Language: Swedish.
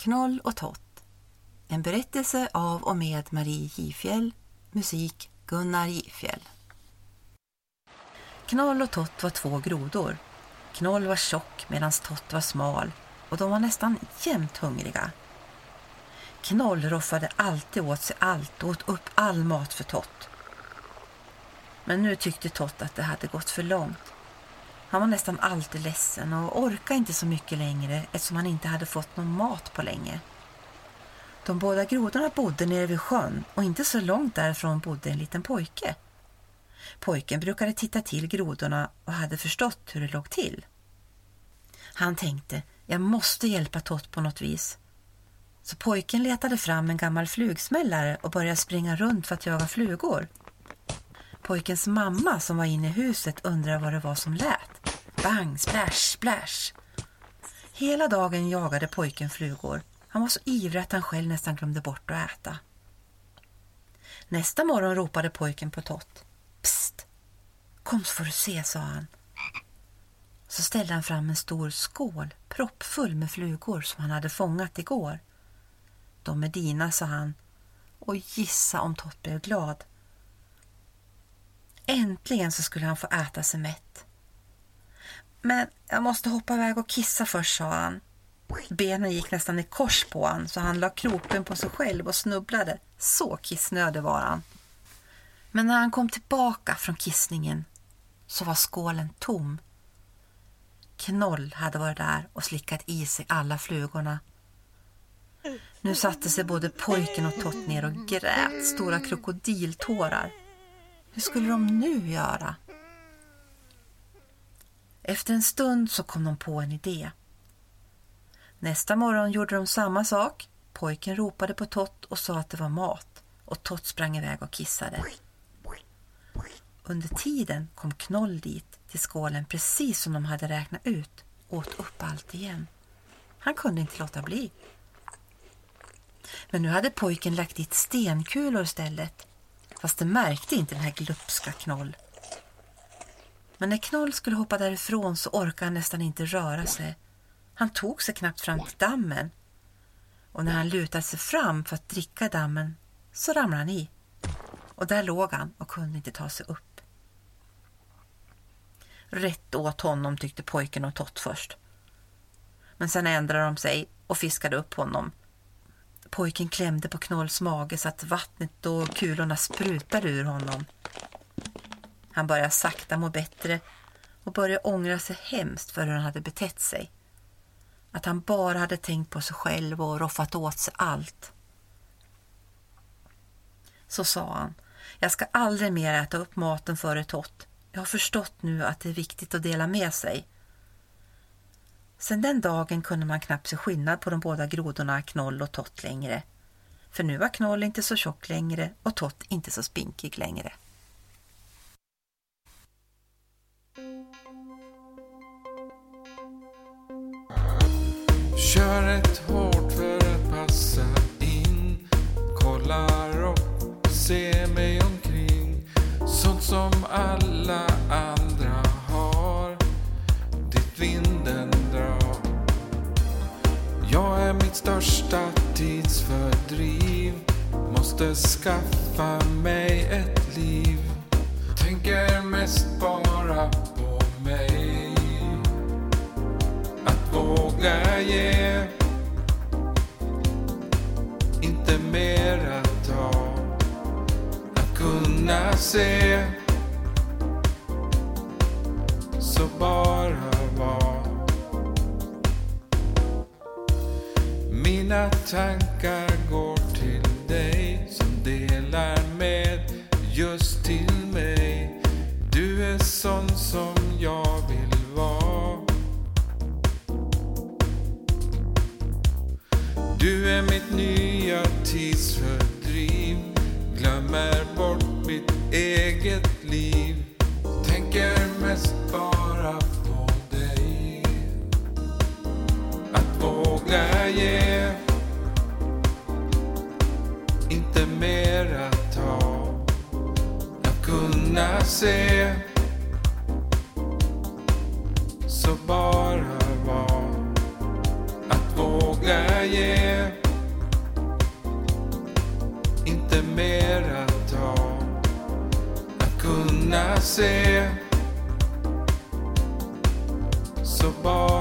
Knoll och Tott. En berättelse av och med Marie Gifjäll, musik Gunnar Gifjäll. Knoll och Tott var 2 grodor. Knoll var tjock medan Tott var smal och de var nästan jämt hungriga. Knoll roffade alltid åt sig allt och åt upp all mat för Tott. Men nu tyckte Tott att det hade gått för långt. Han var nästan alltid ledsen och orkade inte så mycket längre eftersom han inte hade fått någon mat på länge. De båda grodorna bodde nere vid sjön och inte så långt därifrån bodde en liten pojke. Pojken brukade titta till grodorna och hade förstått hur det låg till. Han tänkte, jag måste hjälpa Tott på något vis. Så pojken letade fram en gammal flugsmällare och började springa runt för att jaga flugor. Pojkens mamma som var inne i huset undrade vad det var som lät. Bang, splash, splash. Hela dagen jagade pojken flugor. Han var så ivrig att han själv nästan glömde bort att äta. Nästa morgon ropade pojken på Tott. Psst, kom så får du se, sa han. Så ställde han fram en stor skål, proppfull med flugor som han hade fångat igår. De är dina, sa han. Och gissa om Tott blev glad. Äntligen så skulle han få äta sig mätt. Men jag måste hoppa iväg och kissa först, sa han. Benen gick nästan i kors på han så han la kroppen på sig själv och snubblade. Så kissnödig var han. Men när han kom tillbaka från kissningen så var skålen tom. Knoll hade varit där och slickat i sig alla flugorna. Nu satte sig både pojken och Tott ner och grät stora krokodiltårar. Hur skulle de nu göra? Efter en stund så kom de på en idé. Nästa morgon gjorde de samma sak. Pojken ropade på Tott och sa att det var mat. Och Tott sprang iväg och kissade. Under tiden kom Knoll dit till skålen precis som de hade räknat ut. Och åt upp allt igen. Han kunde inte låta bli. Men nu hade pojken lagt dit stenkulor istället. Fast det märkte inte den här glupska Knoll. Men när Knoll skulle hoppa därifrån så orkade han nästan inte röra sig. Han tog sig knappt fram till dammen. Och när han lutade sig fram för att dricka dammen så ramlade han i. Och där låg han och kunde inte ta sig upp. Rätt åt honom, tyckte pojken och Tott först. Men sen ändrade de sig och fiskade upp honom. Pojken klämde på Knolls mage så att vattnet och kulorna sprutade ur honom. Han började sakta må bättre och började ångra sig hemskt för hur han hade betett sig. Att han bara hade tänkt på sig själv och roffat åt sig allt. Så sa han, jag ska aldrig mer äta upp maten före Tott. Jag har förstått nu att det är viktigt att dela med sig. Sen den dagen kunde man knappt se skillnad på de båda grodorna Knoll och Tott längre. För nu var Knoll inte så tjock längre och Tott inte så spinkig längre. Kör ett hårt för att passa in. Kollar och ser mig omkring. Sånt som alla andra har. Dit vinden drar. Jag är mitt största tidsfördriv. Måste skaffa mig ett liv. Tänker mest bara på mig. Att våga ge. Inte mera ta. Att kunna se. Så bara var. Mina tankar går till dig som delar med just till mig. Du är sån som jag vill vara. Du är mitt nya tidsfördriv. Glömmer bort mitt eget liv. Tänker mest bara på dig. Att våga ge. Inte mera ta. Att kunna se. Så bara var. Att våga ge. inte mer att ta. Att kunna se, så bara